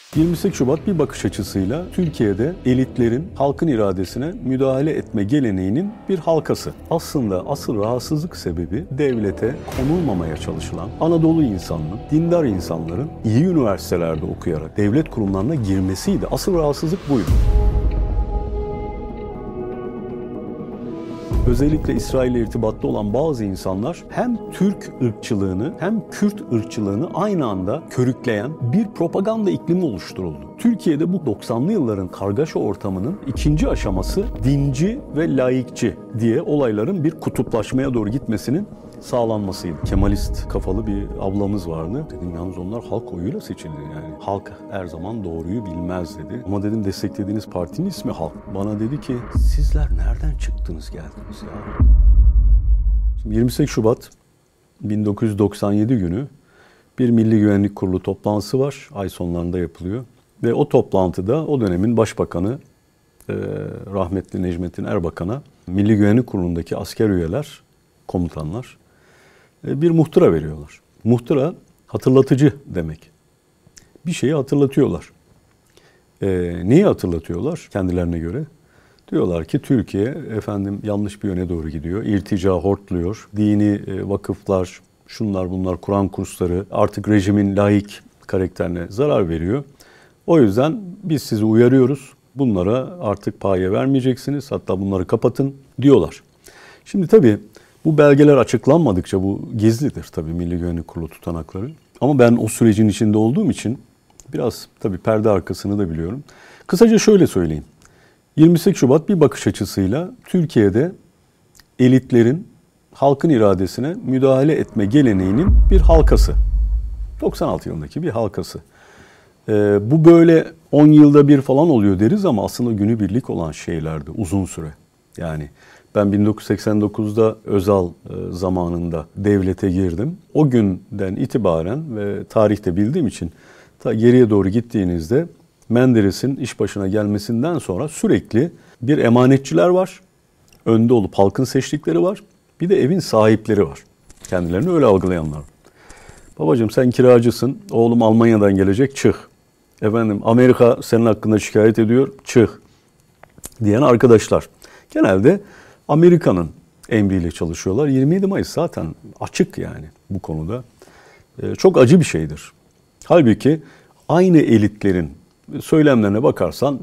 28 Şubat bir bakış açısıyla Türkiye'de elitlerin halkın iradesine müdahale etme geleneğinin bir halkası. Aslında asıl rahatsızlık sebebi devlete konulmamaya çalışılan Anadolu insanının, dindar insanların iyi üniversitelerde okuyarak devlet kurumlarına girmesiydi. Asıl rahatsızlık buydu. Özellikle İsrail'le irtibatlı olan bazı insanlar hem Türk ırkçılığını hem Kürt ırkçılığını aynı anda körükleyen bir propaganda iklimi oluşturuldu. Türkiye'de bu 90'lı yılların kargaşa ortamının ikinci aşaması dinci ve laikçi diye olayların bir kutuplaşmaya doğru gitmesinin sağlanmasıydı. Kemalist kafalı bir ablamız vardı. Dedim yalnız onlar halk oyuyla seçildi yani. Halk her zaman doğruyu bilmez dedi. Ama dedim desteklediğiniz partinin ismi Halk. Bana dedi ki sizler nereden çıktınız geldiniz ya? Şimdi 28 Şubat 1997 günü bir Milli Güvenlik Kurulu toplantısı var. Ay sonlarında yapılıyor. Ve o toplantıda o dönemin başbakanı rahmetli Necmettin Erbakan'a Milli Güvenlik Kurulu'ndaki asker üyeler, komutanlar bir muhtıra veriyorlar. Muhtıra hatırlatıcı demek. Bir şeyi hatırlatıyorlar. Neyi hatırlatıyorlar kendilerine göre? Diyorlar ki Türkiye yanlış bir yöne doğru gidiyor. İrtica hortluyor. Dini vakıflar, şunlar bunlar, Kur'an kursları artık rejimin laik karakterine zarar veriyor. O yüzden biz sizi uyarıyoruz. Bunlara artık paye vermeyeceksiniz. Hatta bunları kapatın diyorlar. Şimdi tabii bu belgeler açıklanmadıkça bu gizlidir tabii Milli Güvenlik Kurulu tutanakları. Ama ben o sürecin içinde olduğum için biraz tabii perde arkasını da biliyorum. Kısaca şöyle söyleyeyim. 28 Şubat bir bakış açısıyla Türkiye'de elitlerin halkın iradesine müdahale etme geleneğinin bir halkası. 96 yılındaki bir halkası. Bu böyle 10 yılda bir falan oluyor deriz ama aslında günübirlik olan şeylerdi uzun süre. Yani ben 1989'da Özal zamanında devlete girdim. O günden itibaren ve tarihte bildiğim için ta geriye doğru gittiğinizde Menderes'in iş başına gelmesinden sonra sürekli bir emanetçiler var. Önde olup halkın seçtikleri var. Bir de evin sahipleri var. Kendilerini öyle algılayanlar. Babacığım sen kiracısın. Oğlum Almanya'dan gelecek çık. Amerika senin hakkında şikayet ediyor çık. Diyen arkadaşlar. Genelde Amerika'nın emriyle çalışıyorlar. 27 Mayıs zaten açık yani bu konuda. Çok acı bir şeydir. Halbuki aynı elitlerin söylemlerine bakarsan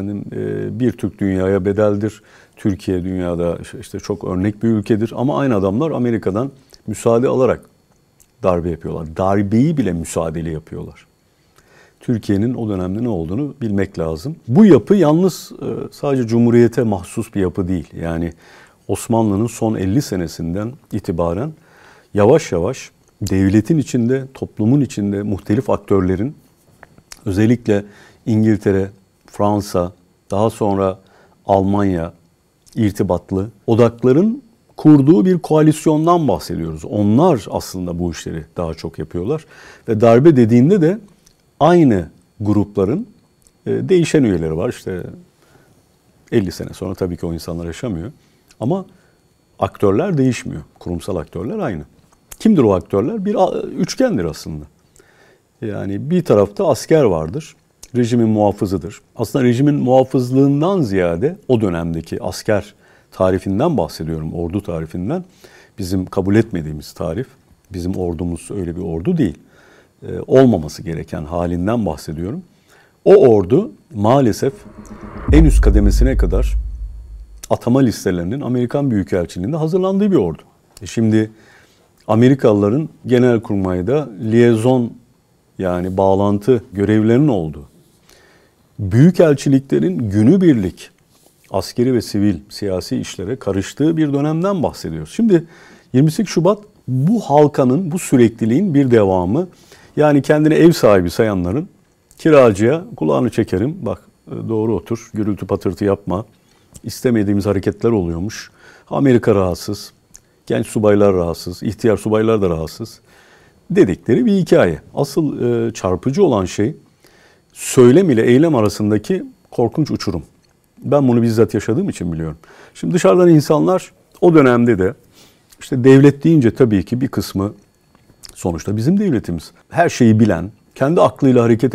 bir Türk dünyaya bedeldir. Türkiye dünyada çok örnek bir ülkedir. Ama aynı adamlar Amerika'dan müsaade alarak darbe yapıyorlar. Darbeyi bile müsaadeli yapıyorlar. Türkiye'nin o dönemde ne olduğunu bilmek lazım. Bu yapı yalnız sadece Cumhuriyet'e mahsus bir yapı değil. Yani Osmanlı'nın son 50 senesinden itibaren yavaş yavaş devletin içinde, toplumun içinde muhtelif aktörlerin özellikle İngiltere, Fransa, daha sonra Almanya irtibatlı odakların kurduğu bir koalisyondan bahsediyoruz. Onlar aslında bu işleri daha çok yapıyorlar. Ve darbe dediğinde de aynı grupların değişen üyeleri var. 50 sene sonra tabii ki o insanlar yaşamıyor. Ama aktörler değişmiyor. Kurumsal aktörler aynı. Kimdir o aktörler? Bir üçgendir aslında. Yani bir tarafta asker vardır. Rejimin muhafızıdır. Aslında rejimin muhafızlığından ziyade o dönemdeki asker tarifinden bahsediyorum. Ordu tarifinden. Bizim kabul etmediğimiz tarif. Bizim ordumuz öyle bir ordu değil. Olmaması gereken halinden bahsediyorum. O ordu maalesef en üst kademesine kadar atama listelerinin Amerikan Büyükelçiliği'nde hazırlandığı bir ordu. Şimdi Amerikalıların Genelkurmay'da liyezon yani bağlantı görevlerinin olduğu, büyükelçiliklerin günübirlik askeri ve sivil siyasi işlere karıştığı bir dönemden bahsediyoruz. Şimdi 28 Şubat bu halkanın, bu sürekliliğin bir devamı. Yani kendini ev sahibi sayanların kiracıya kulağını çekerim. Bak doğru otur, gürültü patırtı yapma. İstemediğimiz hareketler oluyormuş. Amerika rahatsız, genç subaylar rahatsız, ihtiyar subaylar da rahatsız dedikleri bir hikaye. Asıl çarpıcı olan şey söylem ile eylem arasındaki korkunç uçurum. Ben bunu bizzat yaşadığım için biliyorum. Şimdi dışarıdan insanlar o dönemde de devlet deyince tabii ki bir kısmı sonuçta bizim devletimiz. Her şeyi bilen, kendi aklıyla hareket eden,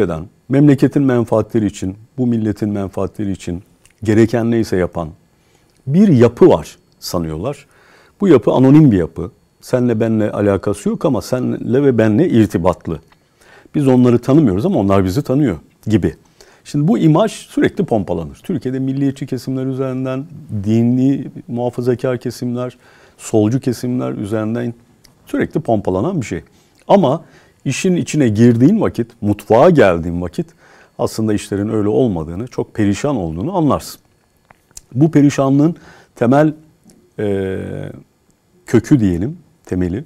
memleketin menfaatleri için, bu milletin menfaatleri için gereken neyse yapan bir yapı var sanıyorlar. Bu yapı anonim bir yapı. Senle benle alakası yok ama senle ve benle irtibatlı. Biz onları tanımıyoruz ama onlar bizi tanıyor gibi. Şimdi bu imaj sürekli pompalanır. Türkiye'de milliyetçi kesimler üzerinden, dini muhafazakar kesimler, solcu kesimler üzerinden sürekli pompalanan bir şey. Ama işin içine girdiğin vakit, mutfağa geldiğin vakit aslında işlerin öyle olmadığını, çok perişan olduğunu anlarsın. Bu perişanlığın temel kökü diyelim, temeli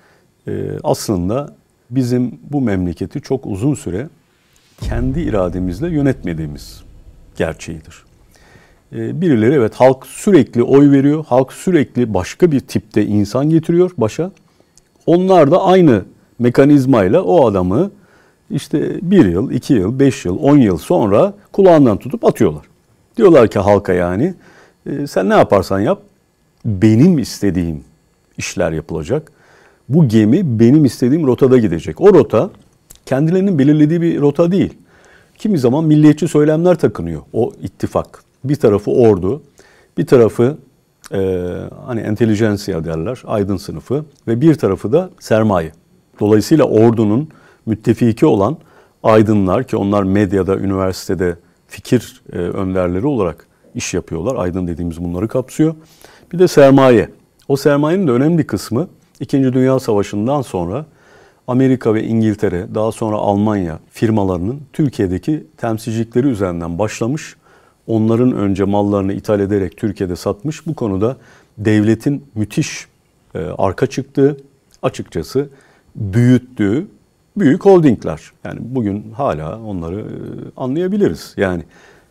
aslında bizim bu memleketi çok uzun süre kendi irademizle yönetmediğimiz gerçeğidir. Birileri evet halk sürekli oy veriyor, halk sürekli başka bir tipte insan getiriyor başa. Onlar da aynı mekanizmayla o adamı işte 1 yıl, 2 yıl, 5 yıl, 10 yıl sonra kulağından tutup atıyorlar. Diyorlar ki halka yani sen ne yaparsan yap benim istediğim işler yapılacak. Bu gemi benim istediğim rotada gidecek. O rota kendilerinin belirlediği bir rota değil. Kimi zaman milliyetçi söylemler takınıyor o ittifak. Bir tarafı ordu, bir tarafı hani entelijensiya derler, aydın sınıfı ve bir tarafı da sermaye. Dolayısıyla ordunun müttefiki olan aydınlar ki onlar medyada, üniversitede fikir önderleri olarak iş yapıyorlar. Aydın dediğimiz bunları kapsıyor. Bir de sermaye. O sermayenin de önemli kısmı 2. Dünya Savaşı'ndan sonra Amerika ve İngiltere, daha sonra Almanya firmalarının Türkiye'deki temsilcilikleri üzerinden başlamış. Onların önce mallarını ithal ederek Türkiye'de satmış. Bu konuda devletin müthiş arka çıktığı, açıkçası büyüttüğü büyük holdingler. Yani bugün hala onları anlayabiliriz. Yani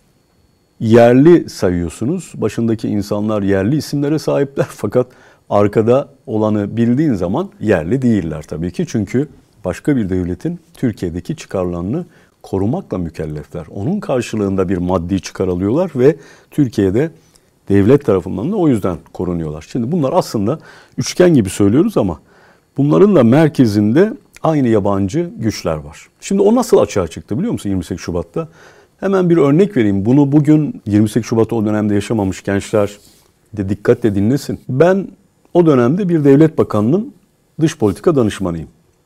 yerli sayıyorsunuz, başındaki insanlar yerli isimlere sahipler fakat arkada olanı bildiğin zaman yerli değiller tabii ki. Çünkü başka bir devletin Türkiye'deki çıkarlarını korumakla mükellefler. Onun karşılığında bir maddi çıkar alıyorlar ve Türkiye'de devlet tarafından da o yüzden korunuyorlar. Şimdi bunlar aslında üçgen gibi söylüyoruz ama bunların da merkezinde aynı yabancı güçler var. Şimdi o nasıl açığa çıktı biliyor musun 28 Şubat'ta? Hemen bir örnek vereyim. Bunu bugün 28 Şubat'ta o dönemde yaşamamış gençler de dikkatle dinlesin. Ben o dönemde bir devlet bakanının dış politika danışmanıyım.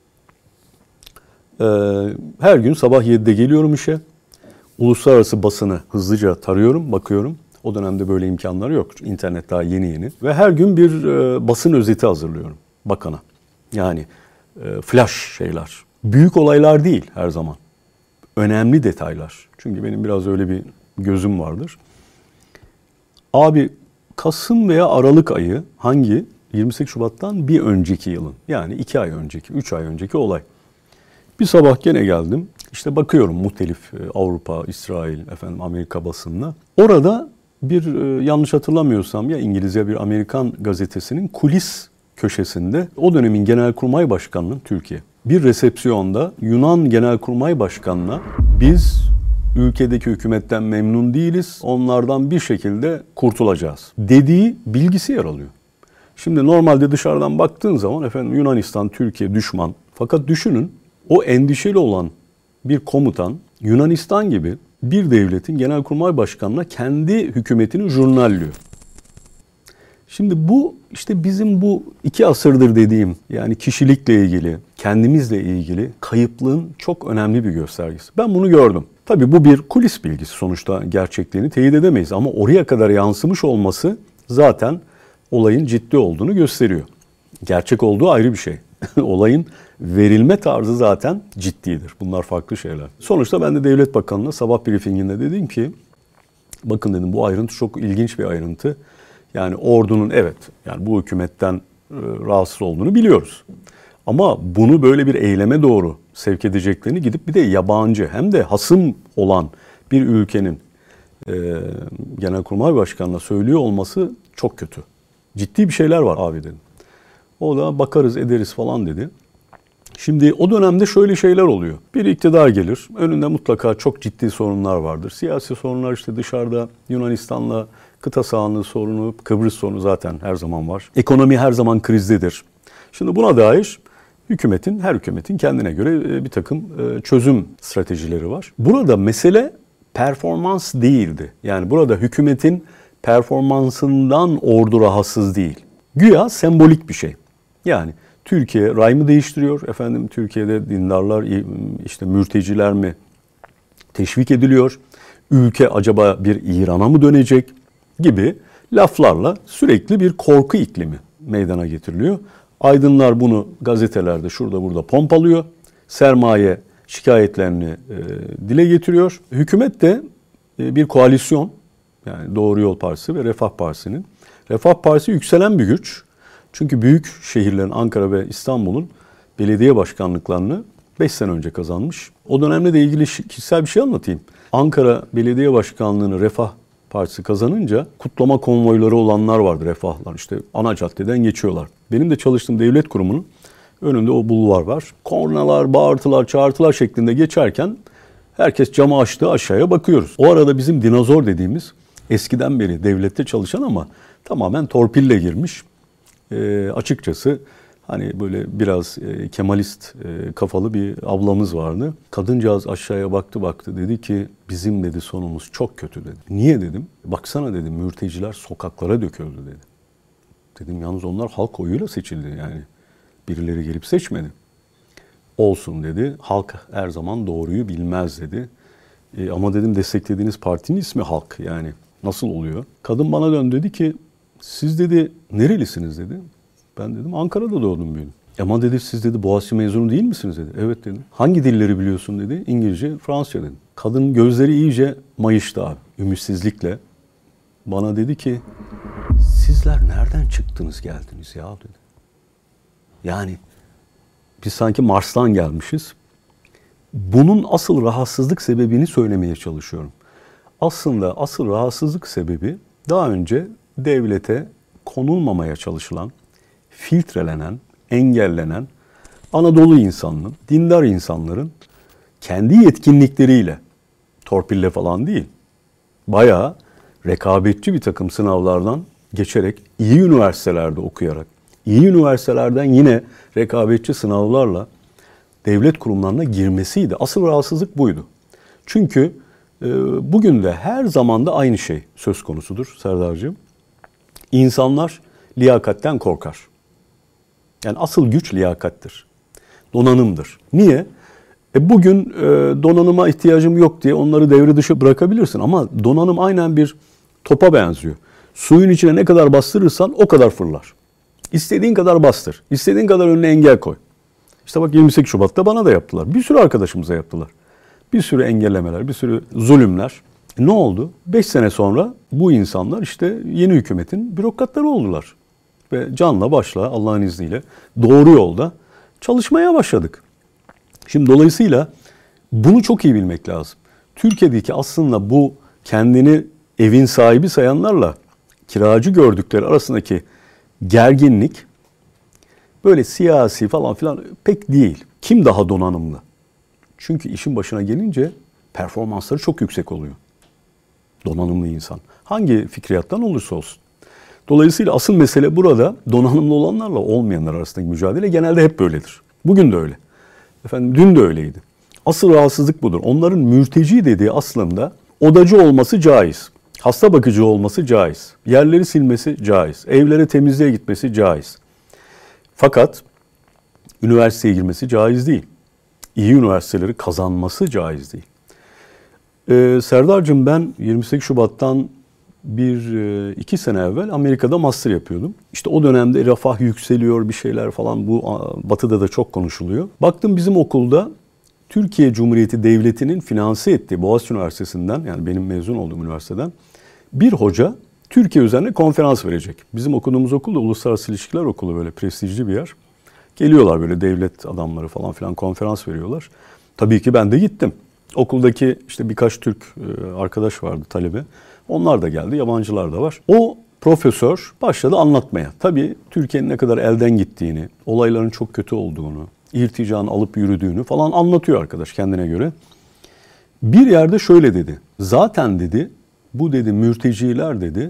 Her gün sabah 7'de geliyorum işe. Uluslararası basını hızlıca tarıyorum, bakıyorum. O dönemde böyle imkanlar yok. İnternet daha yeni yeni. Ve her gün bir basın özeti hazırlıyorum bakana. Yani flash şeyler. Büyük olaylar değil her zaman. Önemli detaylar. Çünkü benim biraz öyle bir gözüm vardır. Abi Kasım veya Aralık ayı hangi? 28 Şubat'tan bir önceki yılın. Yani 2 ay önceki, 3 ay önceki olay. Bir sabah gene geldim. İşte bakıyorum muhtelif Avrupa, İsrail, Amerika basınına. Orada bir yanlış hatırlamıyorsam ya İngiliz ya bir Amerikan gazetesinin kulis köşesinde o dönemin Genelkurmay Başkanı'nın Türkiye bir resepsiyonda Yunan Genelkurmay Başkanı'na biz ülkedeki hükümetten memnun değiliz, onlardan bir şekilde kurtulacağız dediği bilgisi yer alıyor. Şimdi normalde dışarıdan baktığın zaman Yunanistan, Türkiye düşman. Fakat düşünün o endişeli olan bir komutan Yunanistan gibi bir devletin genelkurmay başkanına kendi hükümetini jurnalliyor. Şimdi bu işte bizim bu 2 asırdır dediğim yani kişilikle ilgili, kendimizle ilgili kayıplığın çok önemli bir göstergesi. Ben bunu gördüm. Tabii bu bir kulis bilgisi sonuçta gerçekliğini teyit edemeyiz ama oraya kadar yansımış olması zaten olayın ciddi olduğunu gösteriyor. Gerçek olduğu ayrı bir şey. Olayın verilme tarzı zaten ciddidir. Bunlar farklı şeyler. Sonuçta ben de Devlet Bakanı'na sabah briefinginde dedim ki bakın dedim bu ayrıntı çok ilginç bir ayrıntı. Yani ordunun yani bu hükümetten rahatsız olduğunu biliyoruz. Ama bunu böyle bir eyleme doğru sevk edeceklerini gidip bir de yabancı hem de hasım olan bir ülkenin Genelkurmay Başkanı'na söylüyor olması çok kötü. Ciddi bir şeyler var abi dedim. O da bakarız ederiz falan dedi. Şimdi o dönemde şöyle şeyler oluyor. Bir iktidar gelir. Önünde mutlaka çok ciddi sorunlar vardır. Siyasi sorunlar işte dışarıda Yunanistan'la kıta sahanlığı sorunu, Kıbrıs sorunu zaten her zaman var. Ekonomi her zaman krizdedir. Şimdi buna dair Her hükümetin kendine göre bir takım çözüm stratejileri var. Burada mesele performans değildi. Yani burada hükümetin performansından ordu rahatsız değil. Güya sembolik bir şey. Yani Türkiye ray mı değiştiriyor? Türkiye'de dindarlar, işte mülteciler mi teşvik ediliyor? Ülke acaba bir İran'a mı dönecek? Gibi laflarla sürekli bir korku iklimi meydana getiriliyor. Aydınlar bunu gazetelerde şurada burada pompalıyor. Sermaye şikayetlerini dile getiriyor. Hükümet de bir koalisyon, yani Doğru Yol Partisi ve Refah Partisi'nin. Refah Partisi yükselen bir güç. Çünkü büyük şehirlerin, Ankara ve İstanbul'un belediye başkanlıklarını 5 sene önce kazanmış. O dönemle de ilgili kişisel bir şey anlatayım. Ankara Belediye Başkanlığı'nı Refah Partisi kazanınca kutlama konvoyları olanlar vardı, refahlar. İşte ana caddeden geçiyorlar. Benim de çalıştığım devlet kurumunun önünde o bulvar var. Kornalar, bağırtılar, çağırtılar şeklinde geçerken herkes camı açtı, aşağıya bakıyoruz. O arada bizim dinozor dediğimiz, eskiden beri devlette çalışan ama tamamen torpille girmiş. Açıkçası hani böyle biraz Kemalist kafalı bir ablamız vardı. Kadıncağız aşağıya baktı dedi ki bizim dedi sonumuz çok kötü dedi. Niye dedim? Baksana dedim, mülteciler sokaklara döküldü dedi. Dedim yalnız onlar halk oyuyla seçildi, yani birileri gelip seçmedi. Olsun dedi, halk her zaman doğruyu bilmez dedi. Ama dedim desteklediğiniz partinin ismi Halk, yani nasıl oluyor? Kadın bana döndü, dedi ki siz dedi nerelisiniz dedi. Ben dedim Ankara'da doğdum büyüdüm. Ama dedi siz dedi Boğaziçi mezunu değil misiniz dedi. Evet dedim. Hangi dilleri biliyorsun dedi. İngilizce, Fransızca dedim. Kadın gözleri iyice mayıştı abi, ümitsizlikle. Bana dedi ki sizler nereden çıktınız geldiniz ya dedi. Yani biz sanki Mars'tan gelmişiz. Bunun asıl rahatsızlık sebebini söylemeye çalışıyorum. Aslında asıl rahatsızlık sebebi daha önce devlete konulmamaya çalışılan, filtrelenen, engellenen Anadolu insanının, dindar insanların kendi yetkinlikleriyle, torpille falan değil, bayağı rekabetçi bir takım sınavlardan geçerek, iyi üniversitelerde okuyarak, iyi üniversitelerden yine rekabetçi sınavlarla devlet kurumlarına girmesiydi. Asıl rahatsızlık buydu. Çünkü bugün de her zaman da aynı şey söz konusudur Serdar'cığım. İnsanlar liyakatten korkar. Yani asıl güç liyakattir. Donanımdır. Niye? Bugün donanıma ihtiyacım yok diye onları devre dışı bırakabilirsin. Ama donanım aynen bir topa benziyor. Suyun içine ne kadar bastırırsan o kadar fırlar. İstediğin kadar bastır. İstediğin kadar önüne engel koy. İşte bak 28 Şubat'ta bana da yaptılar. Bir sürü arkadaşımıza yaptılar. Bir sürü engellemeler, bir sürü zulümler. Ne oldu? 5 sene sonra bu insanlar işte yeni hükümetin bürokratları oldular. Ve canla başla Allah'ın izniyle doğru yolda çalışmaya başladık. Şimdi dolayısıyla bunu çok iyi bilmek lazım. Türkiye'deki aslında bu kendini evin sahibi sayanlarla kiracı gördükleri arasındaki gerginlik böyle siyasi falan filan pek değil. Kim daha donanımlı? Çünkü işin başına gelince performansları çok yüksek oluyor. Donanımlı insan. Hangi fikriyattan olursa olsun. Dolayısıyla asıl mesele burada donanımlı olanlarla olmayanlar arasındaki mücadele genelde hep böyledir. Bugün de öyle. Dün de öyleydi. Asıl rahatsızlık budur. Onların mülteci dediği aslında odacı olması caiz. Hasta bakıcı olması caiz. Yerleri silmesi caiz. Evlere temizliğe gitmesi caiz. Fakat üniversiteye girmesi caiz değil. İyi üniversiteleri kazanması caiz değil. Serdar'cığım ben 28 Şubat'tan 2 sene evvel Amerika'da master yapıyordum. İşte o dönemde refah yükseliyor bir şeyler falan, bu Batı'da da çok konuşuluyor. Baktım bizim okulda Türkiye Cumhuriyeti Devleti'nin finanse ettiği Boğaziçi Üniversitesi'nden, yani benim mezun olduğum üniversiteden bir hoca Türkiye üzerine konferans verecek. Bizim okuduğumuz okul da Uluslararası İlişkiler Okulu, böyle prestijli bir yer. Geliyorlar böyle devlet adamları falan filan, konferans veriyorlar. Tabii ki ben de gittim. Okuldaki işte birkaç Türk arkadaş vardı, talebe. Onlar da geldi, yabancılar da var. O profesör başladı anlatmaya. Tabii Türkiye'nin ne kadar elden gittiğini, olayların çok kötü olduğunu, irticanın alıp yürüdüğünü falan anlatıyor arkadaş kendine göre. Bir yerde şöyle dedi. Zaten dedi, bu dedi mülteciler dedi,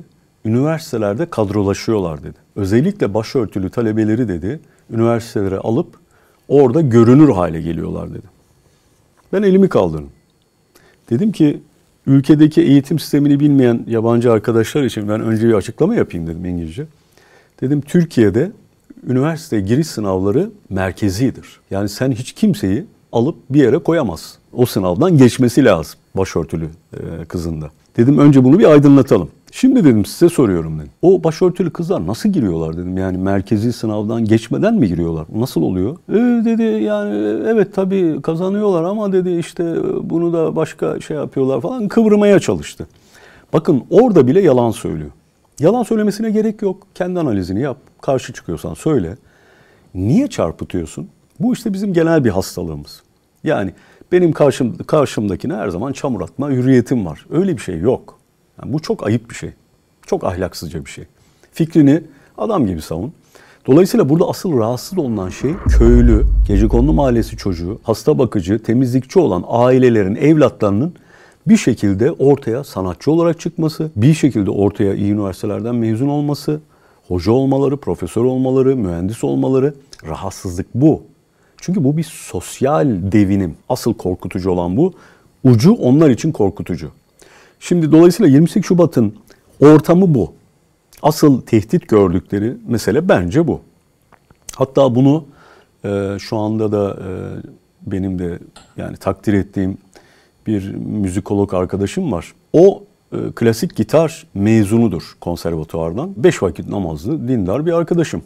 üniversitelerde kadrolaşıyorlar dedi. Özellikle başörtülü talebeleri dedi, üniversitelere alıp orada görünür hale geliyorlar dedi. Ben elimi kaldırdım. Dedim ki ülkedeki eğitim sistemini bilmeyen yabancı arkadaşlar için ben önce bir açıklama yapayım dedim İngilizce. Dedim Türkiye'de üniversite giriş sınavları merkezidir. Yani sen hiç kimseyi alıp bir yere koyamazsın. O sınavdan geçmesi lazım başörtülü kızın da. Dedim önce bunu bir aydınlatalım. Şimdi dedim size soruyorum dedim. O başörtülü kızlar nasıl giriyorlar dedim. Yani merkezi sınavdan geçmeden mi giriyorlar? Nasıl oluyor? Dedi yani evet tabii kazanıyorlar ama dedi işte bunu da başka şey yapıyorlar falan kıvırmaya çalıştı. Bakın orada bile yalan söylüyor. Yalan söylemesine gerek yok. Kendi analizini yap. Karşı çıkıyorsan söyle. Niye çarpıtıyorsun? Bu işte bizim genel bir hastalığımız. Yani benim karşımdakine her zaman çamur atma hürriyetim var. Öyle bir şey yok. Yani bu çok ayıp bir şey. Çok ahlaksızca bir şey. Fikrini adam gibi savun. Dolayısıyla burada asıl rahatsız olunan şey köylü, Gecekondu Mahallesi çocuğu, hasta bakıcı, temizlikçi olan ailelerin, evlatlarının bir şekilde ortaya sanatçı olarak çıkması, bir şekilde ortaya iyi üniversitelerden mezun olması, hoca olmaları, profesör olmaları, mühendis olmaları, rahatsızlık bu. Çünkü bu bir sosyal devinim. Asıl korkutucu olan bu. Ucu onlar için korkutucu. Şimdi dolayısıyla 28 Şubat'ın ortamı bu. Asıl tehdit gördükleri mesele bence bu. Hatta bunu şu anda da benim de yani takdir ettiğim bir müzikolog arkadaşım var. O klasik gitar mezunudur konservatuvardan. 5 vakit namazlı, dindar bir arkadaşım.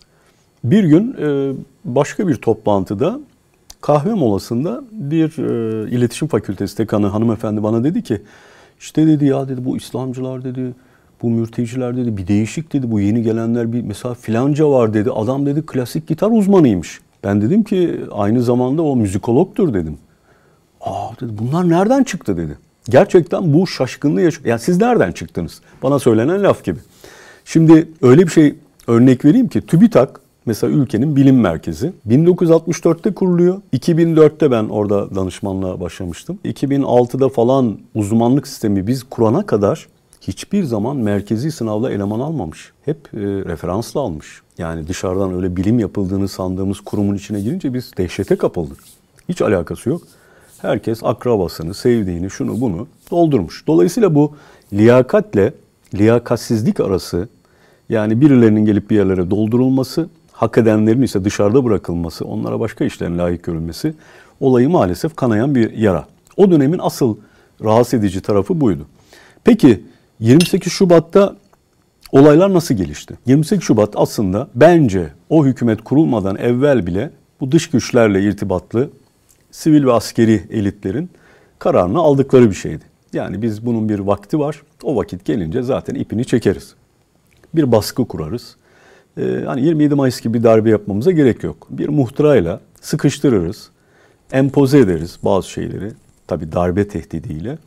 Bir gün başka bir toplantıda kahve molasında bir iletişim fakültesi dekanı hanımefendi bana dedi ki işte dedi ya dedi bu İslamcılar dedi bu mürteciler dedi bir değişik dedi bu yeni gelenler bir mesela filanca var dedi adam dedi klasik gitar uzmanıymış. Ben dedim ki aynı zamanda o müzikologtur dedim. Dedi bunlar nereden çıktı dedi. Gerçekten bu şaşkınlığı yaşıyor. Yani siz nereden çıktınız? Bana söylenen laf gibi. Şimdi öyle bir şey örnek vereyim ki TÜBİTAK mesela ülkenin bilim merkezi 1964'te kuruluyor. 2004'te ben orada danışmanlığa başlamıştım. 2006'da falan uzmanlık sistemi biz kurana kadar hiçbir zaman merkezi sınavla eleman almamış. Hep referansla almış. Yani dışarıdan öyle bilim yapıldığını sandığımız kurumun içine girince biz dehşete kapıldık. Hiç alakası yok. Herkes akrabasını, sevdiğini, şunu bunu doldurmuş. Dolayısıyla bu liyakatle liyakatsizlik arası yani birilerinin gelip bir yerlere doldurulması, hak edenlerin ise dışarıda bırakılması, onlara başka işlerin layık görülmesi olayı maalesef kanayan bir yara. O dönemin asıl rahatsız edici tarafı buydu. Peki 28 Şubat'ta olaylar nasıl gelişti? 28 Şubat aslında bence o hükümet kurulmadan evvel bile bu dış güçlerle irtibatlı sivil ve askeri elitlerin kararını aldıkları bir şeydi. Yani biz bunun bir vakti var. O vakit gelince zaten ipini çekeriz. Bir baskı kurarız. Hani 27 Mayıs gibi bir darbe yapmamıza gerek yok. Bir muhtırayla sıkıştırırız. Empoze ederiz bazı şeyleri. Tabii darbe tehdidiyle.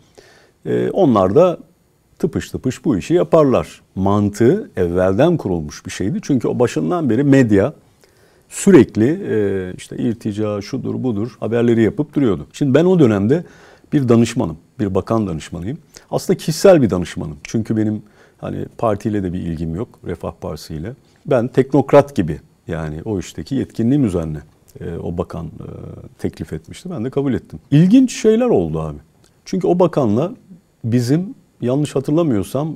Onlar da tıpış tıpış bu işi yaparlar. Mantığı evvelden kurulmuş bir şeydi. Çünkü o başından beri medya sürekli işte irtica şudur budur haberleri yapıp duruyordu. Şimdi ben o dönemde bir danışmanım, bir bakan danışmanıyım. Aslında kişisel bir danışmanım. Çünkü benim hani partiyle de bir ilgim yok, Refah Partisi ile. Ben teknokrat gibi yani o işteki yetkinliğim üzerine o bakan teklif etmişti. Ben de kabul ettim. İlginç şeyler oldu abi. Çünkü o bakanla bizim yanlış hatırlamıyorsam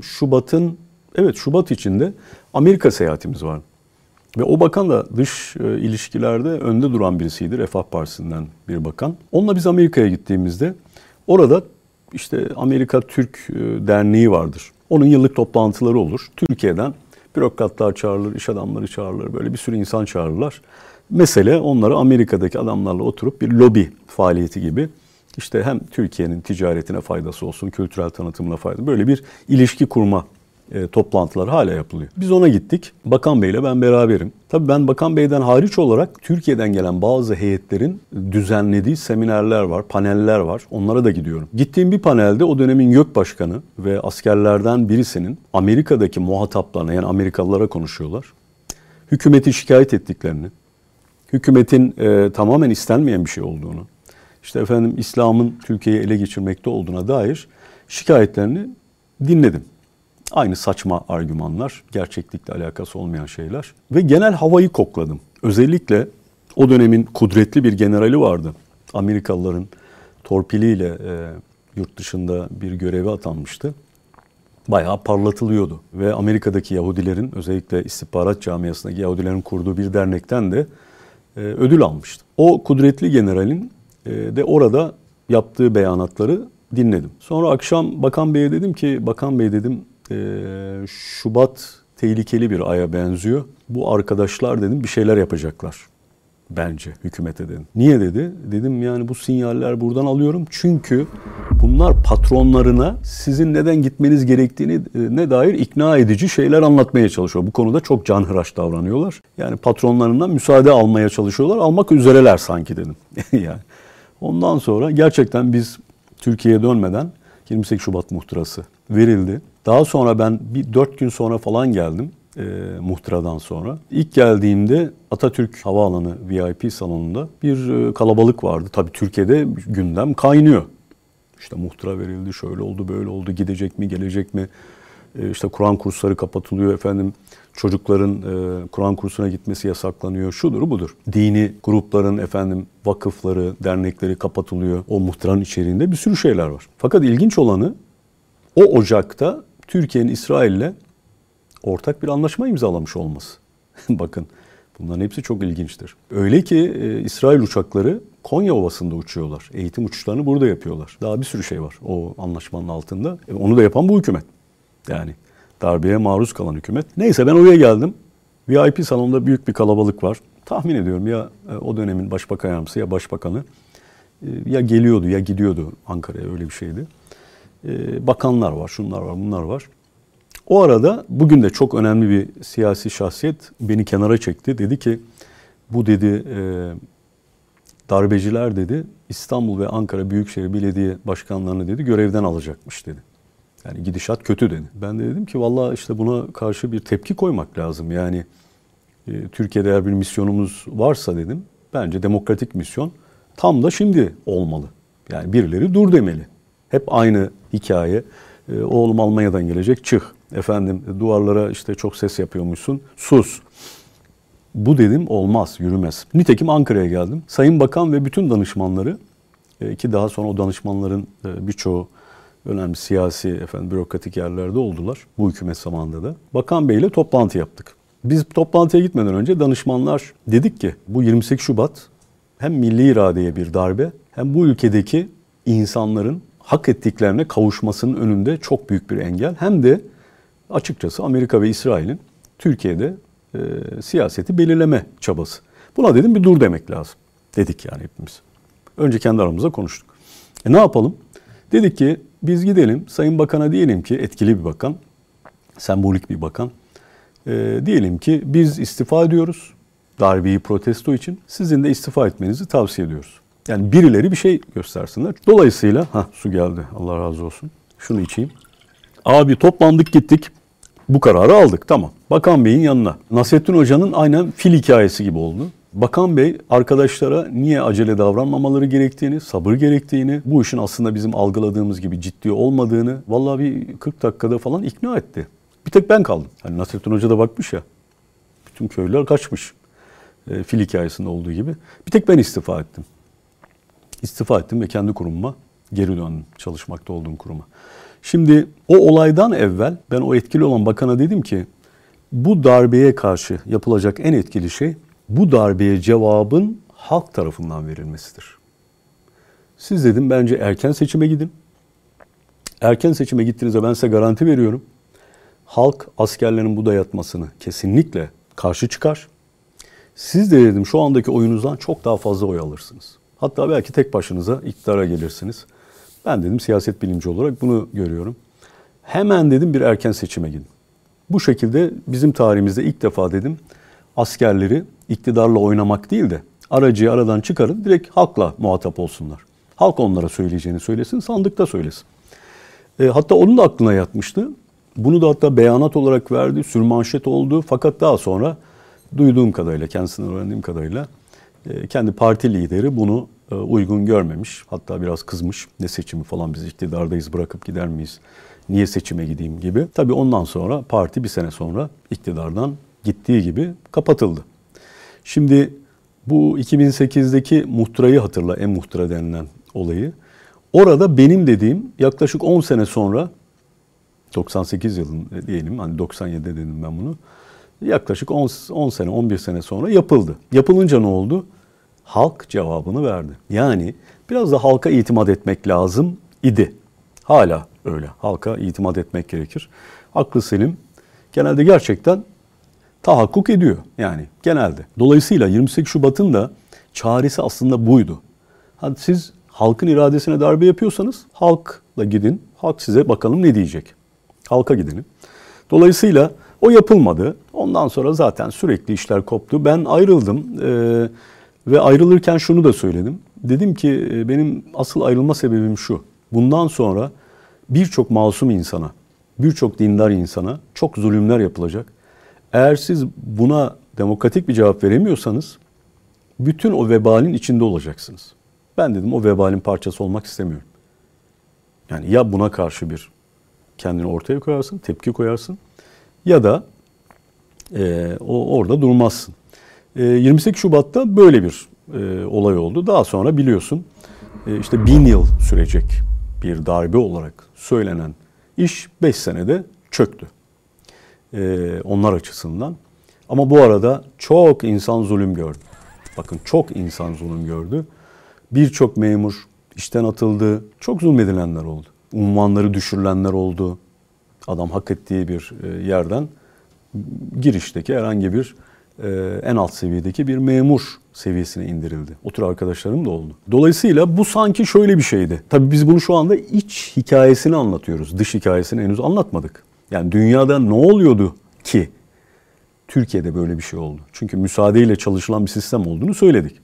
Şubat içinde Amerika seyahatimiz vardı. Ve o bakan da dış ilişkilerde önde duran birisiydi. Refah Partisi'nden bir bakan. Onunla biz Amerika'ya gittiğimizde orada işte Amerika Türk Derneği vardır. Onun yıllık toplantıları olur. Türkiye'den bürokratlar çağrılır, iş adamları çağrılır. Böyle bir sürü insan çağırırlar. Mesele onları Amerika'daki adamlarla oturup bir lobi faaliyeti gibi işte hem Türkiye'nin ticaretine faydası olsun, kültürel tanıtımına fayda. Böyle bir ilişki kurma toplantılar hala yapılıyor. Biz ona gittik. Bakan Bey'le ben beraberim. Tabii ben Bakan Bey'den hariç olarak Türkiye'den gelen bazı heyetlerin düzenlediği seminerler var, paneller var. Onlara da gidiyorum. Gittiğim bir panelde o dönemin YÖK Başkanı ve askerlerden birisinin Amerika'daki muhataplarına yani Amerikalılara konuşuyorlar. Hükümeti şikayet ettiklerini, hükümetin tamamen istenmeyen bir şey olduğunu, işte efendim İslam'ın Türkiye'yi ele geçirmekte olduğuna dair şikayetlerini dinledim. Aynı saçma argümanlar, gerçeklikle alakası olmayan şeyler ve genel havayı kokladım. Özellikle O dönemin kudretli bir generali vardı. Amerikalıların torpiliyle yurt dışında bir göreve atanmıştı. Bayağı parlatılıyordu. Ve Amerika'daki Yahudilerin, özellikle istihbarat camiasındaki Yahudilerin kurduğu bir dernekten de ödül almıştı. O kudretli generalin de orada yaptığı beyanatları dinledim. Sonra akşam Bakan Bey'e dedim ki, Bakan Bey dedim, Şubat tehlikeli bir aya benziyor. Bu arkadaşlar dedim bir şeyler yapacaklar. Bence hükümete dedim. Niye dedi? Dedim yani bu sinyaller buradan alıyorum. Çünkü bunlar patronlarına sizin neden gitmeniz gerektiğini ne dair ikna edici şeyler anlatmaya çalışıyor. Bu konuda çok canhıraş davranıyorlar. Yani patronlarından müsaade almaya çalışıyorlar. Almak üzereler sanki dedim. Yani ondan sonra gerçekten biz Türkiye'ye dönmeden 28 Şubat muhtırası verildi. Daha sonra ben bir 4 gün sonra falan geldim. Muhtıradan sonra. İlk geldiğimde Atatürk Havaalanı VIP salonunda bir kalabalık vardı. Tabii Türkiye'de gündem kaynıyor. İşte muhtıra verildi, şöyle oldu, böyle oldu, gidecek mi, gelecek mi? İşte Kur'an kursları kapatılıyor efendim. Çocukların Kur'an kursuna gitmesi yasaklanıyor. Şudur budur. Dini grupların efendim vakıfları, dernekleri kapatılıyor. O muhtıranın içeriğinde bir sürü şeyler var. Fakat ilginç olanı o Ocak'ta Türkiye'nin İsrail'le ortak bir anlaşma imzalamış olması. Bakın bunların hepsi çok ilginçtir. Öyle ki İsrail uçakları Konya Ovası'nda uçuyorlar. Eğitim uçuşlarını burada yapıyorlar. Daha bir sürü şey var o anlaşmanın altında. Onu da yapan bu hükümet. Yani darbeye maruz kalan hükümet. Neyse ben oraya geldim. VIP salonunda büyük bir kalabalık var. Tahmin ediyorum ya o dönemin başbakan yardımcısı ya başbakanı ya geliyordu ya gidiyordu Ankara'ya, öyle bir şeydi. Bakanlar var, şunlar var, bunlar var. O arada bugün de çok önemli bir siyasi şahsiyet beni kenara çekti. Dedi ki bu dedi darbeciler dedi İstanbul ve Ankara Büyükşehir Belediye Başkanlarını dedi görevden alacakmış dedi. Yani gidişat kötü dedi. Ben de dedim ki vallahi işte buna karşı bir tepki koymak lazım. Yani Türkiye'de eğer bir misyonumuz varsa dedim bence demokratik misyon tam da şimdi olmalı. Yani birileri dur demeli. Hep aynı hikaye. Oğlum Almanya'dan gelecek, çık. Efendim duvarlara işte çok ses yapıyormuşsun, sus. Bu dedim olmaz, yürümez. Nitekim Ankara'ya geldim. Sayın Bakan ve bütün danışmanları, ki daha sonra o danışmanların birçoğu önemli siyasi, bürokratik yerlerde oldular. Bu hükümet zamanında da. Bakan Bey ile toplantı yaptık. Biz toplantıya gitmeden önce danışmanlar dedik ki bu 28 Şubat hem milli iradeye bir darbe hem bu ülkedeki insanların hak ettiklerine kavuşmasının önünde çok büyük bir engel. Hem de açıkçası Amerika ve İsrail'in Türkiye'de siyaseti belirleme çabası. Buna dedim bir dur demek lazım. Dedik yani hepimiz. Önce kendi aramızda konuştuk. Ne yapalım? Dedik ki biz gidelim Sayın Bakan'a diyelim ki etkili bir bakan, sembolik bir bakan. Diyelim ki biz istifa ediyoruz darbeyi protesto için. Sizin de istifa etmenizi tavsiye ediyoruz. Yani birileri bir şey göstersinler. Dolayısıyla su geldi. Allah razı olsun. Şunu içeyim. Abi toplandık gittik. Bu kararı aldık. Tamam. Bakan Bey'in yanına. Nasrettin Hoca'nın aynen fil hikayesi gibi oldu. Bakan Bey arkadaşlara niye acele davranmamaları gerektiğini, sabır gerektiğini, bu işin aslında bizim algıladığımız gibi ciddi olmadığını vallahi bir 40 dakikada falan ikna etti. Bir tek ben kaldım. Hani Nasrettin Hoca da bakmış ya. Bütün köylüler kaçmış. Fil hikayesinde olduğu gibi. Bir tek ben istifa ettim. İstifa ettim ve kendi kurumuma geri döndüm. Çalışmakta olduğum kuruma. Şimdi o olaydan evvel ben o etkili olan bakana dedim ki bu darbeye karşı yapılacak en etkili şey bu darbeye cevabın halk tarafından verilmesidir. Siz dedim bence erken seçime gidin. Erken seçime gittiğinizde ben size garanti veriyorum. Halk askerlerin bu dayatmasını kesinlikle karşı çıkar. Siz de dedim şu andaki oyunuzdan çok daha fazla oy alırsınız. Hatta belki tek başınıza iktidara gelirsiniz. Ben dedim siyaset bilimci olarak bunu görüyorum. Hemen dedim bir erken seçime gidin. Bu şekilde bizim tarihimizde ilk defa dedim askerleri iktidarla oynamak değil de aracıyı aradan çıkarın direkt halkla muhatap olsunlar. Halk onlara söyleyeceğini söylesin, sandıkta söylesin. Hatta onun da aklına yatmıştı. Bunu da hatta beyanat olarak verdi, sürmanşet oldu. Fakat daha sonra duyduğum kadarıyla, kendisinden öğrendiğim kadarıyla kendi parti lideri bunu uygun görmemiş. Hatta biraz kızmış. Ne seçimi falan, biz iktidardayız, bırakıp gider miyiz? Niye seçime gideyim gibi. Tabii ondan sonra parti bir sene sonra iktidardan gittiği gibi kapatıldı. Şimdi Bu 2008'deki muhtırayı hatırla, muhtıra denilen olayı. Orada benim dediğim yaklaşık 10 sene sonra, 98 yılında diyelim, hani 97'de dedim ben bunu. Yaklaşık 10 sene, 11 sene sonra yapıldı. Yapılınca ne oldu? Halk cevabını verdi. Yani biraz da halka itimat etmek lazım idi. Hala öyle. Halka itimat etmek gerekir. Aklı selim genelde gerçekten tahakkuk ediyor yani genelde. Dolayısıyla 28 Şubat'ın da çaresi aslında buydu. Hadi siz halkın iradesine darbe yapıyorsanız halkla gidin. Halk size bakalım ne diyecek. Halka gidelim. Dolayısıyla o yapılmadı. Ondan sonra zaten sürekli işler koptu. Ben ayrıldım ve ayrılırken şunu da söyledim. Dedim ki benim asıl ayrılma sebebim şu. Bundan sonra birçok masum insana, birçok dindar insana çok zulümler yapılacak. Eğer siz buna demokratik bir cevap veremiyorsanız bütün o vebalin içinde olacaksınız. Ben dedim o vebalin parçası olmak istemiyorum. Yani ya buna karşı bir kendini ortaya koyarsın, tepki koyarsın ya da orada durmazsın. 28 Şubat'ta böyle bir olay oldu. Daha sonra biliyorsun işte 1000 yıl sürecek bir darbe olarak söylenen iş 5 senede çöktü. Onlar açısından. Ama bu arada çok insan zulüm gördü. Bakın çok insan zulüm gördü. Birçok memur işten atıldı. Çok zulmedilenler oldu. Unvanları düşürülenler oldu. Adam hak ettiği bir yerden girişteki herhangi bir en alt seviyedeki bir memur seviyesine indirildi. O tür arkadaşlarım da oldu. Dolayısıyla bu sanki şöyle bir şeydi. Tabii biz bunu şu anda iç hikayesini anlatıyoruz. Dış hikayesini henüz anlatmadık. Yani dünyada ne oluyordu ki Türkiye'de böyle bir şey oldu? Çünkü müsaadeyle çalışılan bir sistem olduğunu söyledik.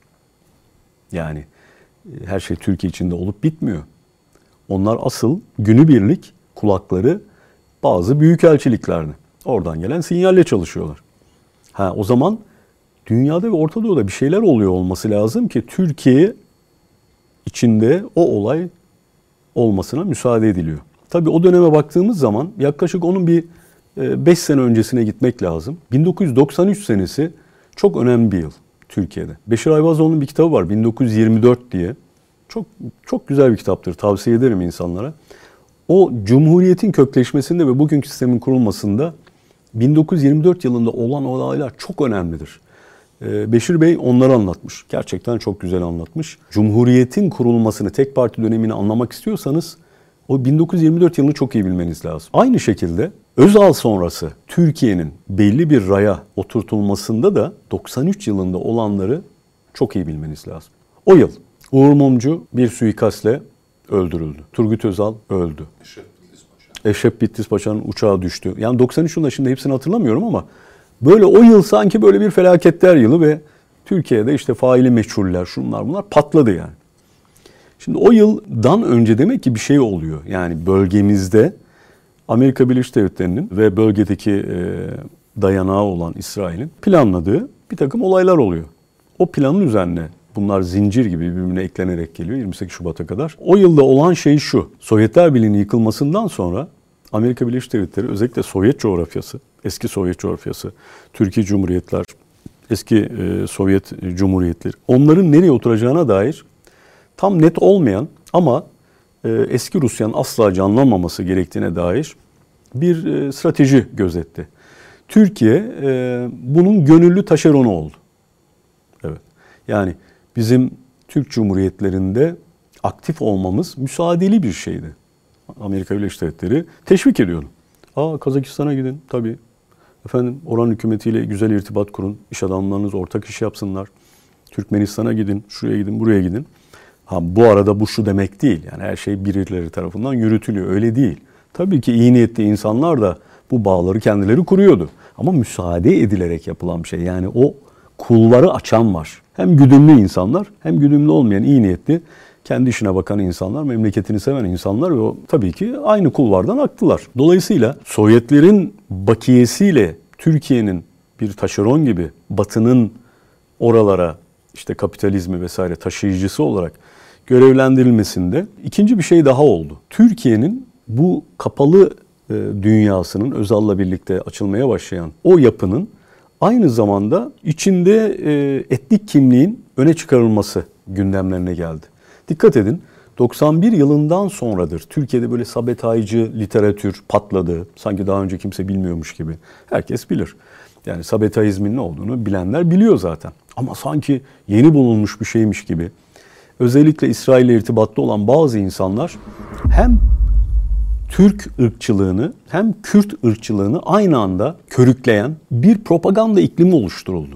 Yani her şey Türkiye içinde olup bitmiyor. Onlar asıl günübirlik kulakları bazı büyükelçiliklerde. Oradan gelen sinyalle çalışıyorlar. O zaman dünyada ve Orta Doğu'da bir şeyler oluyor olması lazım ki Türkiye içinde o olay olmasına müsaade ediliyor. Tabii o döneme baktığımız zaman yaklaşık onun bir 5 sene öncesine gitmek lazım. 1993 senesi çok önemli bir yıl Türkiye'de. Beşir Ayvazoğlu'nun bir kitabı var 1924 diye. Çok güzel bir kitaptır. Tavsiye ederim insanlara. O Cumhuriyet'in kökleşmesinde ve bugünkü sistemin kurulmasında 1924 yılında olan olaylar çok önemlidir. Beşir Bey onları anlatmış. Gerçekten çok güzel anlatmış. Cumhuriyet'in kurulmasını, tek parti dönemini anlamak istiyorsanız o 1924 yılını çok iyi bilmeniz lazım. Aynı şekilde Özal sonrası Türkiye'nin belli bir raya oturtulmasında da 93 yılında olanları çok iyi bilmeniz lazım. O yıl Uğur Mumcu bir suikastle öldürüldü. Turgut Özal öldü. Eşref Bitlis Paşa'nın uçağı düştü. Yani 93 yılında şimdi hepsini hatırlamıyorum ama böyle o yıl sanki böyle bir felaketler yılı ve Türkiye'de işte faili meçhuller, şunlar bunlar patladı yani. Şimdi o yıldan önce demek ki bir şey oluyor. Yani bölgemizde Amerika Birleşik Devletleri'nin ve bölgedeki dayanağı olan İsrail'in planladığı bir takım olaylar oluyor. O planın üzerine bunlar zincir gibi birbirine eklenerek geliyor 28 Şubat'a kadar. O yılda olan şey şu. Sovyetler Birliği'nin yıkılmasından sonra Amerika Birleşik Devletleri özellikle Sovyet coğrafyası, eski Sovyet coğrafyası, Türkiye Cumhuriyetler, eski Sovyet Cumhuriyetleri, onların nereye oturacağına dair tam net olmayan ama eski Rusya'nın asla canlanmaması gerektiğine dair bir strateji gözetti. Türkiye bunun gönüllü taşeronu oldu. Evet. Yani bizim Türk Cumhuriyetlerinde aktif olmamız müsaadeli bir şeydi. Amerika Birleşik Devletleri teşvik ediyordu. Kazakistan'a gidin tabii. Efendim oranın hükümetiyle güzel irtibat kurun. İş adamlarınız ortak iş yapsınlar. Türkmenistan'a gidin, şuraya gidin, buraya gidin. Bu arada bu şu demek değil. Yani her şey birileri tarafından yürütülüyor. Öyle değil. Tabii ki iyi niyetli insanlar da bu bağları kendileri kuruyordu. Ama müsaade edilerek yapılan bir şey. Yani o kulvarı açan var. Hem güdümlü insanlar hem güdümlü olmayan iyi niyetli, kendi işine bakan insanlar, memleketini seven insanlar ve o tabii ki aynı kulvardan aktılar. Dolayısıyla Sovyetlerin bakiyesiyle Türkiye'nin bir taşeron gibi Batı'nın oralara işte kapitalizmi vesaire taşıyıcısı olarak görevlendirilmesinde ikinci bir şey daha oldu. Türkiye'nin bu kapalı dünyasının Özal'la birlikte açılmaya başlayan o yapının Aynı zamanda içinde etnik kimliğin öne çıkarılması gündemlerine geldi. Dikkat edin, 91 yılından sonradır Türkiye'de böyle sabetaycı literatür patladı. Sanki daha önce kimse bilmiyormuş gibi. Herkes bilir. Yani sabetaizmin ne olduğunu bilenler biliyor zaten. Ama sanki yeni bulunmuş bir şeymiş gibi. Özellikle İsrail ile irtibatlı olan bazı insanlar hem Türk ırkçılığını hem Kürt ırkçılığını aynı anda körükleyen bir propaganda iklimi oluşturuldu.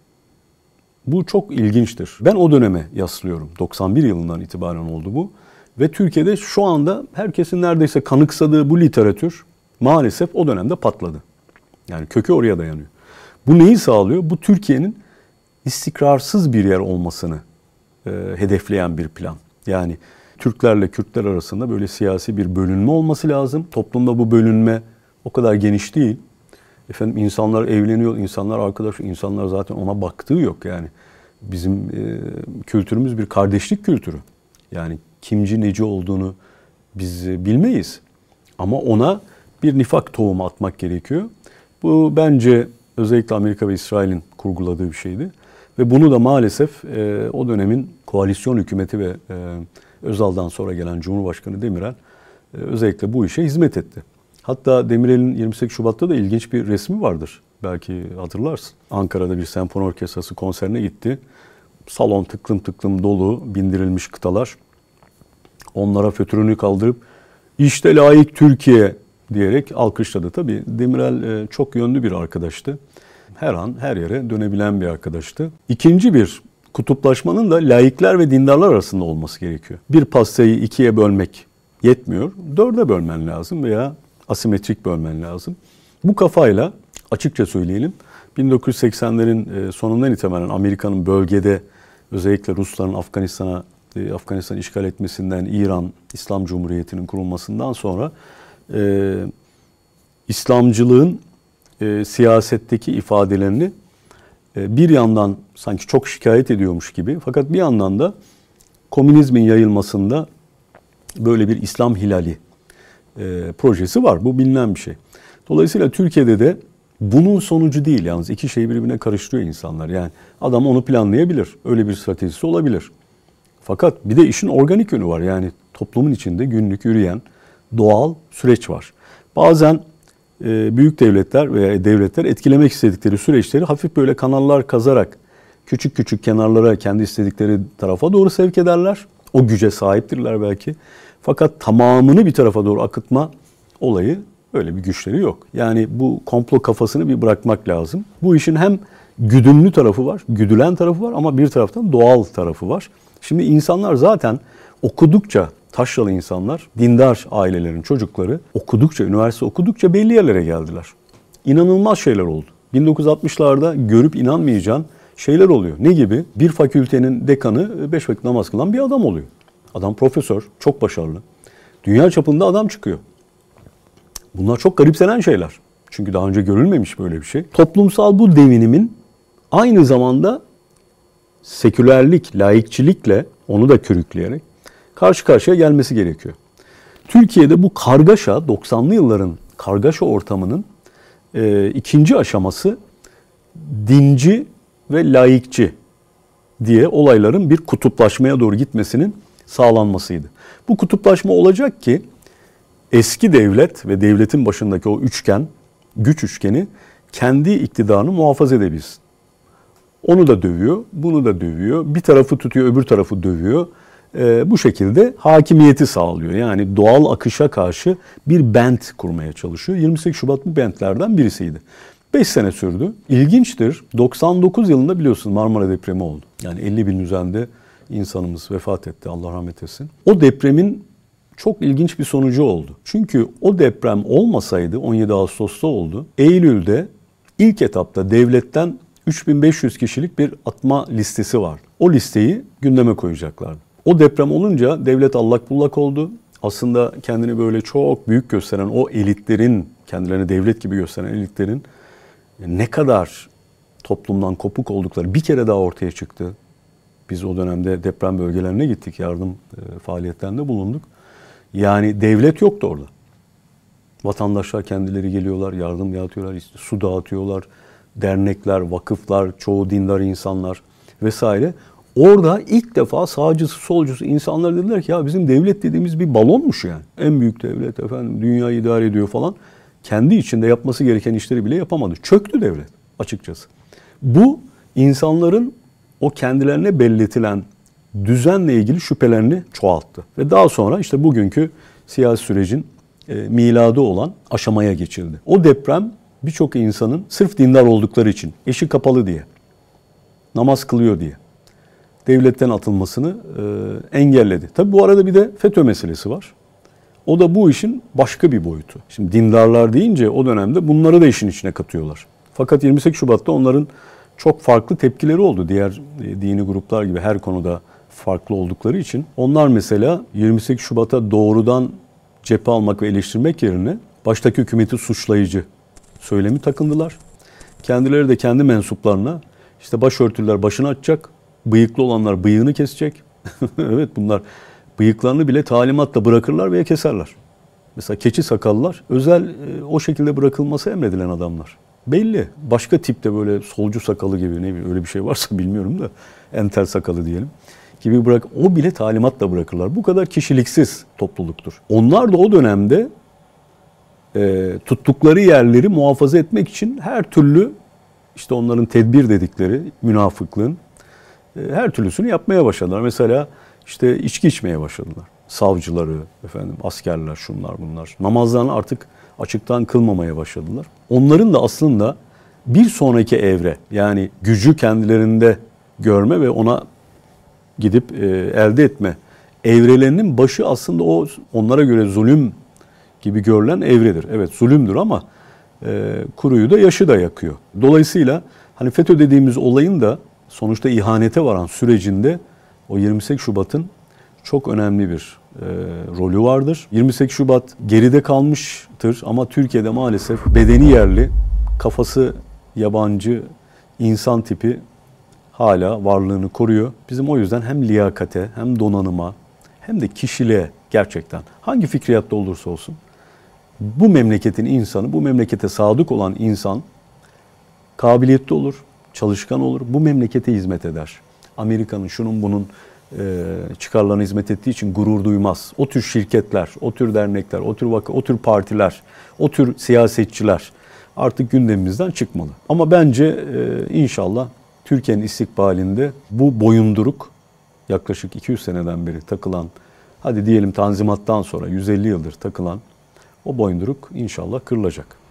Bu çok ilginçtir. Ben o döneme yaslıyorum. 91 yılından itibaren oldu bu. Ve Türkiye'de şu anda herkesin neredeyse kanıksadığı bu literatür maalesef o dönemde patladı. Yani kökü oraya dayanıyor. Bu neyi sağlıyor? Bu Türkiye'nin istikrarsız bir yer olmasını hedefleyen bir plan. Yani Türklerle Kürtler arasında böyle siyasi bir bölünme olması lazım. Toplumda bu bölünme o kadar geniş değil. Efendim insanlar evleniyor, insanlar arkadaş, insanlar zaten ona baktığı yok yani. Bizim kültürümüz bir kardeşlik kültürü. Yani kimci neci olduğunu biz bilmeyiz. Ama ona bir nifak tohumu atmak gerekiyor. Bu bence özellikle Amerika ve İsrail'in kurguladığı bir şeydi. Ve bunu da maalesef o dönemin koalisyon hükümeti ve Özal'dan sonra gelen Cumhurbaşkanı Demirel özellikle bu işe hizmet etti. Hatta Demirel'in 28 Şubat'ta da ilginç bir resmi vardır. Belki hatırlarsın. Ankara'da bir senfoni orkestrası konserine gitti. Salon tıklım tıklım dolu, bindirilmiş kıtalar. Onlara fötürünü kaldırıp işte layık Türkiye diyerek alkışladı. Tabii Demirel çok yönlü bir arkadaştı. Her an her yere dönebilen bir arkadaştı. İkinci bir kutuplaşmanın da laikler ve dindarlar arasında olması gerekiyor. Bir pastayı ikiye bölmek yetmiyor. Dörde bölmen lazım veya asimetrik bölmen lazım. Bu kafayla açıkça söyleyelim 1980'lerin sonundan itibaren Amerika'nın bölgede özellikle Rusların Afganistan'ı işgal etmesinden, İran İslam Cumhuriyeti'nin kurulmasından sonra İslamcılığın siyasetteki ifadelerini bir yandan sanki çok şikayet ediyormuş gibi fakat bir yandan da komünizmin yayılmasında böyle bir İslam hilali projesi var. Bu bilinen bir şey. Dolayısıyla Türkiye'de de bunun sonucu değil yalnız. İki şeyi birbirine karıştırıyor insanlar. Yani adam onu planlayabilir. Öyle bir stratejisi olabilir. Fakat bir de işin organik yönü var. Yani toplumun içinde günlük yürüyen doğal süreç var. Bazen büyük devletler veya devletler etkilemek istedikleri süreçleri hafif böyle kanallar kazarak küçük küçük kenarlara kendi istedikleri tarafa doğru sevk ederler. O güce sahiptirler belki. Fakat tamamını bir tarafa doğru akıtma olayı öyle bir güçleri yok. Yani bu komplo kafasını bir bırakmak lazım. Bu işin hem güdümlü tarafı var, güdülen tarafı var ama bir taraftan doğal tarafı var. Şimdi insanlar zaten okudukça, taşralı insanlar, dindar ailelerin çocukları okudukça, üniversite okudukça belli yerlere geldiler. İnanılmaz şeyler oldu. 1960'larda görüp inanmayacağın şeyler oluyor. Ne gibi? Bir fakültenin dekanı 5 vakit namaz kılan bir adam oluyor. Adam profesör, çok başarılı. Dünya çapında adam çıkıyor. Bunlar çok garipsenen şeyler. Çünkü daha önce görülmemiş böyle bir şey. Toplumsal bu devinimin aynı zamanda sekülerlik, laikçilikle onu da körükleyerek karşı karşıya gelmesi gerekiyor. Türkiye'de bu kargaşa, 90'lı yılların kargaşa ortamının ikinci aşaması dinci ve laikçi diye olayların bir kutuplaşmaya doğru gitmesinin sağlanmasıydı. Bu kutuplaşma olacak ki eski devlet ve devletin başındaki o üçgen, güç üçgeni kendi iktidarını muhafaza edebilsin. Onu da dövüyor, bunu da dövüyor, bir tarafı tutuyor, öbür tarafı dövüyor. Bu şekilde hakimiyeti sağlıyor. Yani doğal akışa karşı bir bent kurmaya çalışıyor. 28 Şubat bu bentlerden birisiydi. 5 sene sürdü. İlginçtir. 99 yılında biliyorsun Marmara depremi oldu. Yani 50 bin üzerinde insanımız vefat etti. Allah rahmet etsin. O depremin çok ilginç bir sonucu oldu. Çünkü o deprem olmasaydı 17 Ağustos'ta oldu. Eylül'de ilk etapta devletten 3500 kişilik bir atma listesi vardı. O listeyi gündeme koyacaklardı. O deprem olunca devlet allak bullak oldu. Aslında kendini böyle çok büyük gösteren o elitlerin, kendilerini devlet gibi gösteren elitlerin ne kadar toplumdan kopuk oldukları bir kere daha ortaya çıktı. Biz o dönemde deprem bölgelerine gittik, yardım faaliyetlerinde bulunduk. Yani devlet yoktu orada. Vatandaşlar kendileri geliyorlar, yardım dağıtıyorlar, su dağıtıyorlar, dernekler, vakıflar, çoğu dindar insanlar vesaire. Orada ilk defa sağcısı, solcusu insanlar dediler ki ya bizim devlet dediğimiz bir balonmuş yani. En büyük devlet efendim, dünyayı idare ediyor falan. Kendi içinde yapması gereken işleri bile yapamadı. Çöktü devlet açıkçası. Bu insanların o kendilerine belletilen düzenle ilgili şüphelerini çoğalttı. Ve daha sonra işte bugünkü siyasi sürecin miladı olan aşamaya geçildi. O deprem birçok insanın sırf dindar oldukları için, eşi kapalı diye, namaz kılıyor diye devletten atılmasını engelledi. Tabi bu arada bir de FETÖ meselesi var. O da bu işin başka bir boyutu. Şimdi dindarlar deyince o dönemde bunları da işin içine katıyorlar. Fakat 28 Şubat'ta onların çok farklı tepkileri oldu. Diğer dini gruplar gibi her konuda farklı oldukları için. Onlar mesela 28 Şubat'a doğrudan cephe almak ve eleştirmek yerine baştaki hükümeti suçlayıcı söylemi takındılar. Kendileri de kendi mensuplarına işte başörtüler başını açacak, bıyıklı olanlar bıyığını kesecek. Evet, bunlar bıyıklarını bile talimatla bırakırlar veya keserler. Mesela keçi sakallılar özel o şekilde bırakılması emredilen adamlar. Belli. Başka tipte böyle solcu sakalı gibi, ne bileyim öyle bir şey varsa bilmiyorum da, entel sakalı diyelim gibi o bile talimatla bırakırlar. Bu kadar kişiliksiz topluluktur. Onlar da o dönemde tuttukları yerleri muhafaza etmek için her türlü, işte onların tedbir dedikleri münafıklığın her türlüsünü yapmaya başladılar. Mesela işte içki içmeye başladılar. Savcıları, efendim askerler, şunlar bunlar. Namazlarını artık açıktan kılmamaya başladılar. Onların da aslında bir sonraki evre, yani gücü kendilerinde görme ve ona gidip elde etme evrelerinin başı aslında o onlara göre zulüm gibi görülen evredir. Evet, zulümdür ama kuruyu da yaşı da yakıyor. Dolayısıyla hani FETÖ dediğimiz olayın da sonuçta ihanete varan sürecinde o 28 Şubat'ın çok önemli bir rolü vardır. 28 Şubat geride kalmıştır ama Türkiye'de maalesef bedeni yerli, kafası yabancı insan tipi hala varlığını koruyor. Bizim o yüzden hem liyakate, hem donanıma, hem de kişiliğe gerçekten hangi fikriyatta olursa olsun bu memleketin insanı, bu memlekete sadık olan insan kabiliyetli olur, çalışkan olur, bu memlekete hizmet eder. Amerika'nın, şunun bunun çıkarlarına hizmet ettiği için gurur duymaz. O tür şirketler, o tür dernekler, o tür partiler, o tür siyasetçiler artık gündemimizden çıkmalı. Ama bence inşallah Türkiye'nin istikbalinde bu boyunduruk, yaklaşık 200 seneden beri takılan, hadi diyelim Tanzimat'tan sonra 150 yıldır takılan o boyunduruk inşallah kırılacak.